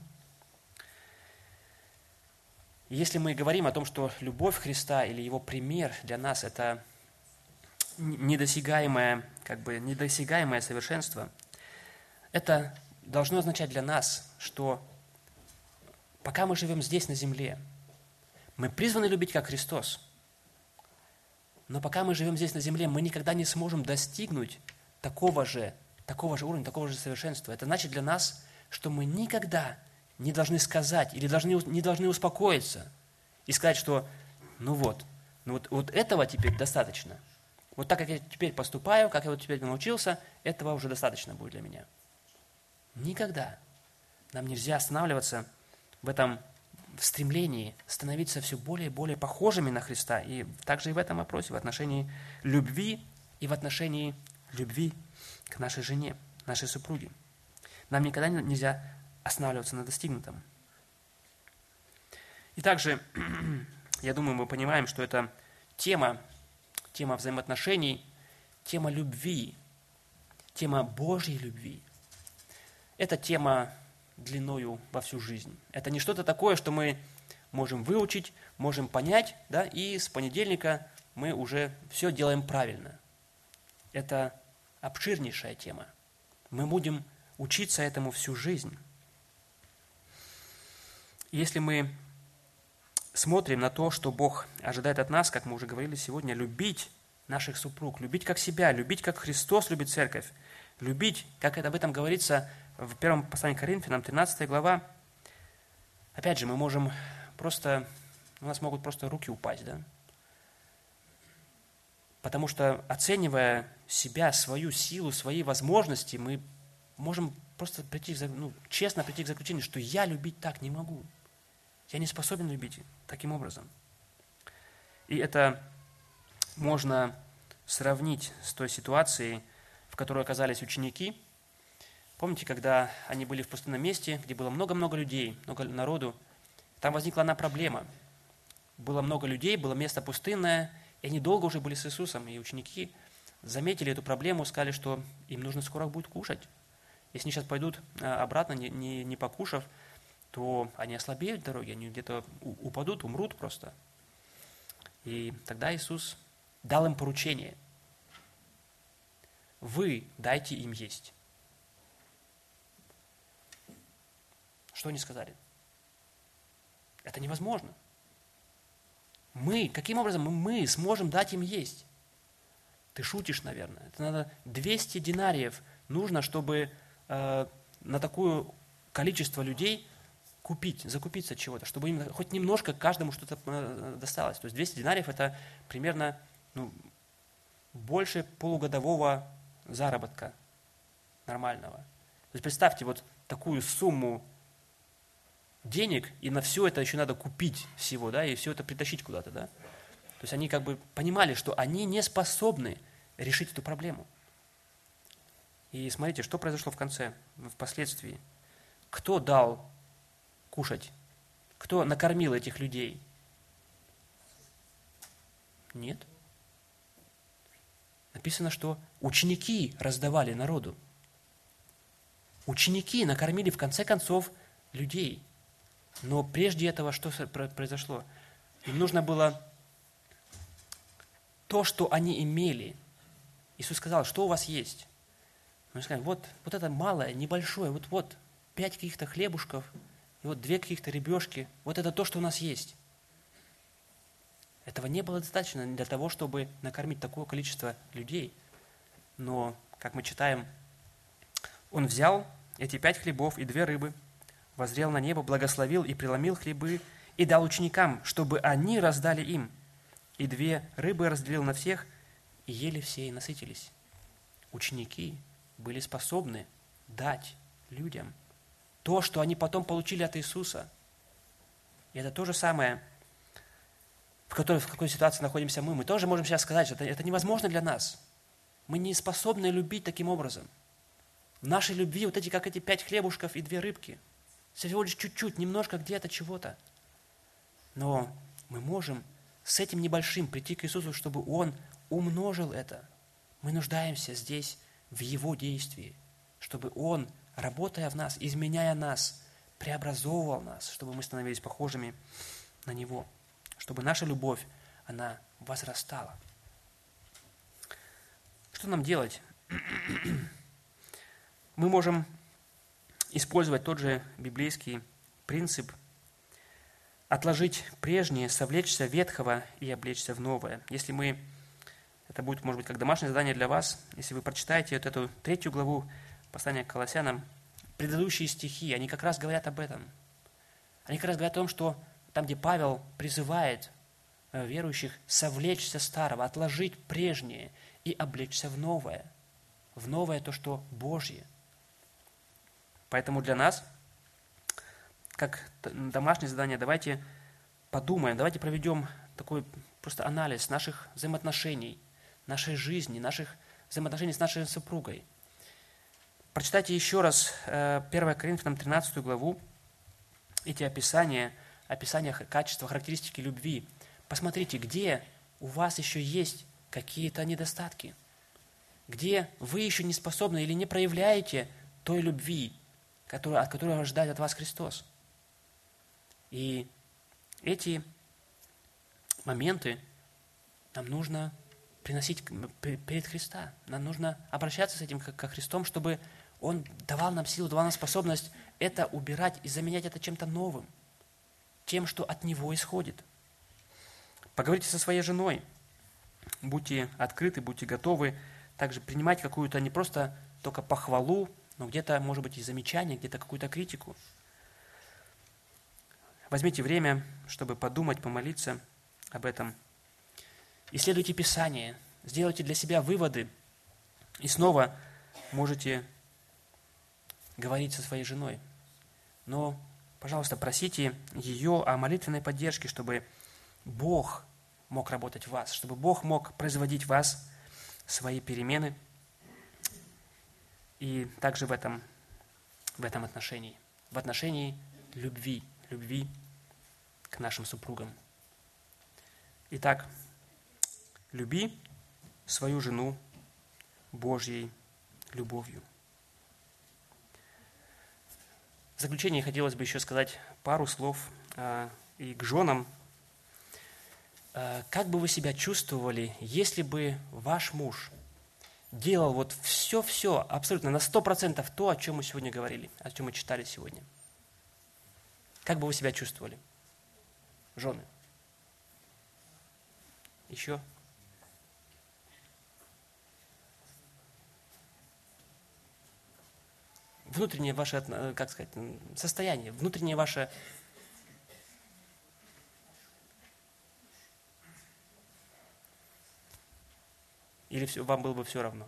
Если мы говорим о том, что любовь Христа или Его пример для нас – это недосягаемое, как бы недосягаемое совершенство, это должно означать для нас, что пока мы живем здесь, на земле, мы призваны любить, как Христос. Но пока мы живем здесь, на земле, мы никогда не сможем достигнуть такого же, такого же уровня, такого же совершенства. Это значит для нас, что мы никогда не должны сказать или должны, не должны успокоиться и сказать, что ну вот, ну вот, вот этого теперь достаточно. Вот так, как я теперь поступаю, как я вот теперь научился, этого уже достаточно будет для меня. Никогда. Нам нельзя останавливаться в этом в стремлении становиться все более и более похожими на Христа. И также и в этом вопросе, в отношении любви и в отношении любви к нашей жене, нашей супруге. Нам никогда нельзя останавливаться на достигнутом. И также, я думаю, мы понимаем, что это тема, тема взаимоотношений, тема любви, тема Божьей любви. Это тема длиною во всю жизнь. Это не что-то такое, что мы можем выучить, можем понять, да, и с понедельника мы уже все делаем правильно. Это обширнейшая тема. Мы будем учиться этому всю жизнь. Если мы смотрим на то, что Бог ожидает от нас, как мы уже говорили сегодня, любить наших супруг, любить как себя, любить как Христос любит церковь, любить, как это об этом говорится в первом послании к Коринфянам, тринадцатая глава. Опять же, мы можем просто у нас могут просто руки упасть, да? Потому что, оценивая себя, свою силу, свои возможности, мы можем просто прийти, ну, честно прийти к заключению, что я любить так не могу. Я не способен любить таким образом. И это можно сравнить с той ситуацией, в которой оказались ученики. Помните, когда они были в пустынном месте, где было много-много людей, много народу, там возникла одна проблема. Было много людей, было место пустынное, и они долго уже были с Иисусом, и ученики заметили эту проблему, сказали, что им нужно скоро будет кушать. Если они сейчас пойдут обратно, не, не, не покушав, то они ослабеют в дороге, они где-то упадут, умрут просто. И тогда Иисус дал им поручение. Вы дайте им есть. Что они сказали? Это невозможно. Мы, каким образом мы сможем дать им есть? Ты шутишь, наверное. Это надо двести динариев нужно, чтобы э, на такое количество людей купить, закупиться чего-то, чтобы им хоть немножко каждому что-то э, досталось. То есть двести динариев – это примерно ну, больше полугодового заработка нормального. То есть представьте вот такую сумму денег, и на все это еще надо купить всего, да, и все это притащить куда-то, да. То есть они как бы понимали, что они не способны решить эту проблему. И смотрите, что произошло в конце, впоследствии. Кто дал кушать? Кто накормил этих людей? Нет. Написано, что ученики раздавали народу. Ученики накормили в конце концов людей. Но прежде этого что произошло? Им нужно было то, что они имели. Иисус сказал, что у вас есть? Мы сказали, вот, вот это малое, небольшое, вот, вот, пять каких-то хлебушков, и вот две каких-то ребешки, вот это то, что у нас есть. Этого не было достаточно для того, чтобы накормить такое количество людей. Но, как мы читаем, он взял эти пять хлебов и две рыбы, воззрел на небо, благословил и преломил хлебы, и дал ученикам, чтобы они раздали им. И две рыбы разделил на всех, и ели все и насытились. Ученики были способны дать людям то, что они потом получили от Иисуса. И это то же самое, в, которой, в какой ситуации находимся мы. Мы тоже можем сейчас сказать, что это, это невозможно для нас. Мы не способны любить таким образом. В нашей любви вот эти, как эти пять хлебушков и две рыбки. Всего лишь чуть-чуть, немножко где-то чего-то. Но мы можем с этим небольшим прийти к Иисусу, чтобы Он умножил это. Мы нуждаемся здесь в Его действии, чтобы Он, работая в нас, изменяя нас, преобразовывал нас, чтобы мы становились похожими на Него, чтобы наша любовь, она возрастала. Что нам делать? Мы можем использовать тот же библейский принцип отложить прежнее, совлечься ветхого и облечься в новое. Если мы, это будет, может быть, как домашнее задание для вас, если вы прочитаете вот эту третью главу послания к Колоссянам, предыдущие стихи, они как раз говорят об этом. Они как раз говорят о том, что там, где Павел призывает верующих совлечься старого, отложить прежнее и облечься в новое. В новое то, что Божье. Поэтому для нас, как домашнее задание, давайте подумаем, давайте проведем такой просто анализ наших взаимоотношений, нашей жизни, наших взаимоотношений с нашей супругой. Прочитайте еще раз первое Коринфянам тринадцатую главу, эти описания, описания качества, характеристики любви. Посмотрите, где у вас еще есть какие-то недостатки, где вы еще не способны или не проявляете той любви, которую, от которой ожидает от вас Христос. И эти моменты нам нужно приносить перед Христа. Нам нужно обращаться с этим ко Христом, чтобы Он давал нам силу, давал нам способность это убирать и заменять это чем-то новым, тем, что от Него исходит. Поговорите со своей женой, будьте открыты, будьте готовы также принимать какую-то не просто только похвалу, но где-то, может быть, и замечание, где-то какую-то критику. возьмите время, чтобы подумать, помолиться об этом. Исследуйте Писание, сделайте для себя выводы, и снова можете говорить со своей женой. Но, пожалуйста, просите ее о молитвенной поддержке, чтобы Бог мог работать в вас, чтобы Бог мог производить в вас свои перемены. И также в этом, в этом отношении, в отношении любви, любви к нашим супругам. Итак, люби свою жену Божьей любовью. В заключение хотелось бы еще сказать пару слов э, и к женам. Э, как бы вы себя чувствовали, если бы ваш муж делал вот все-все, абсолютно на сто процентов то, о чем мы сегодня говорили, о чем мы читали сегодня? Как бы вы себя чувствовали, жены? Еще? Внутреннее ваше, как сказать, состояние, внутреннее ваше... Или все, вам было бы все равно?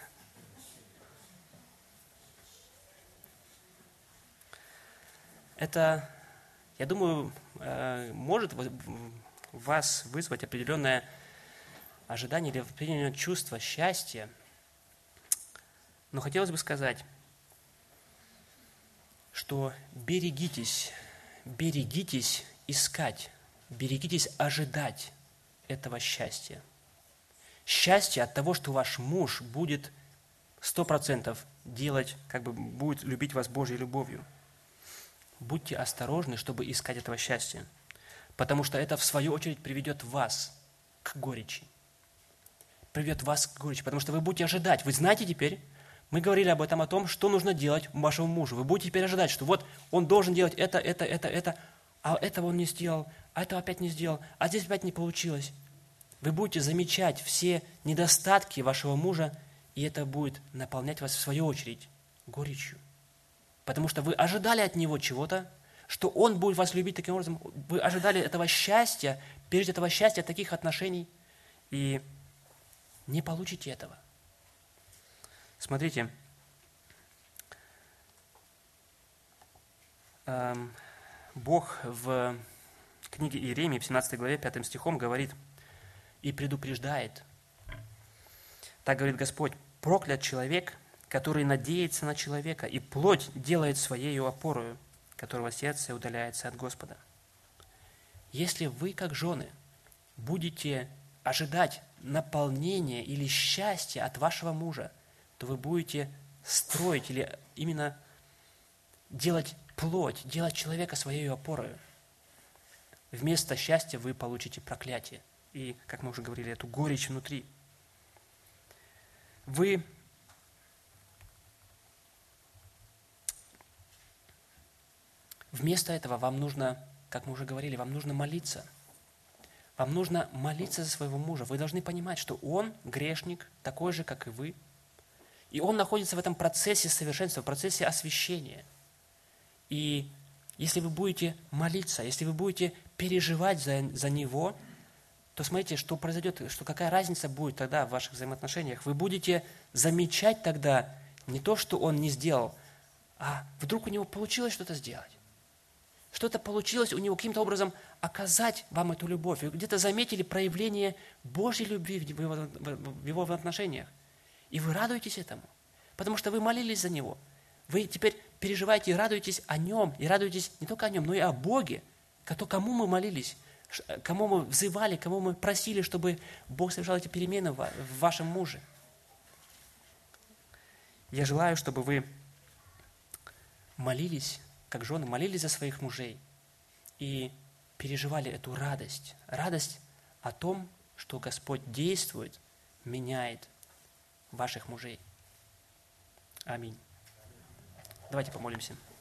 Это, я думаю, может в вас вызвать определенное ожидание или определенное чувство счастья. Но хотелось бы сказать, что берегитесь, берегитесь искать, берегитесь ожидать этого счастья. Счастье от того, что ваш муж будет сто процентов делать, как бы будет любить вас Божьей любовью. Будьте осторожны, чтобы искать этого счастья, потому что это, в свою очередь, приведет вас к горечи. Приведет вас к горечи, потому что вы будете ожидать. Вы знаете теперь, мы говорили об этом, о том, что нужно делать вашему мужу. Вы будете теперь ожидать, что вот он должен делать это, это, это, это, а этого он не сделал, а этого опять не сделал, а здесь опять не получилось. Вы будете замечать все недостатки вашего мужа, и это будет наполнять вас, в свою очередь, горечью. Потому что вы ожидали от него чего-то, что он будет вас любить таким образом. Вы ожидали этого счастья, пережить этого счастья, таких отношений, и не получите этого. Смотрите, Бог в книге Иеремии, в семнадцатой главе, пятым стихом говорит и предупреждает. Так говорит Господь: «Проклят человек, который надеется на человека, и плоть делает своею опорою, которого сердце удаляется от Господа». Если вы, как жены, будете ожидать наполнения или счастья от вашего мужа, то вы будете строить или именно делать плоть, делать человека своей опорой. Вместо счастья вы получите проклятие. И, как мы уже говорили, эту горечь внутри. Вы вместо этого вам нужно, как мы уже говорили, вам нужно молиться. Вам нужно молиться за своего мужа. Вы должны понимать, что он грешник, такой же, как и вы. И он находится в этом процессе совершенства, в процессе освящения. И если вы будете молиться, если вы будете переживать за, за него, то смотрите, что произойдет, что какая разница будет тогда в ваших взаимоотношениях. Вы будете замечать тогда не то, что он не сделал, а вдруг у него получилось что-то сделать. Что-то получилось у него каким-то образом оказать вам эту любовь. Вы где-то заметили проявление Божьей любви в его, в его отношениях. И вы радуетесь этому, потому что вы молились за него. Вы теперь переживаете и радуетесь о нем, и радуетесь не только о нем, но и о Боге, кому мы молились, кому мы взывали, кому мы просили, чтобы Бог совершал эти перемены в вашем муже. Я желаю, чтобы вы молились, как жены, молились за своих мужей и переживали эту радость. Радость о том, что Господь действует, меняет ваших мужей. Аминь. Давайте помолимся.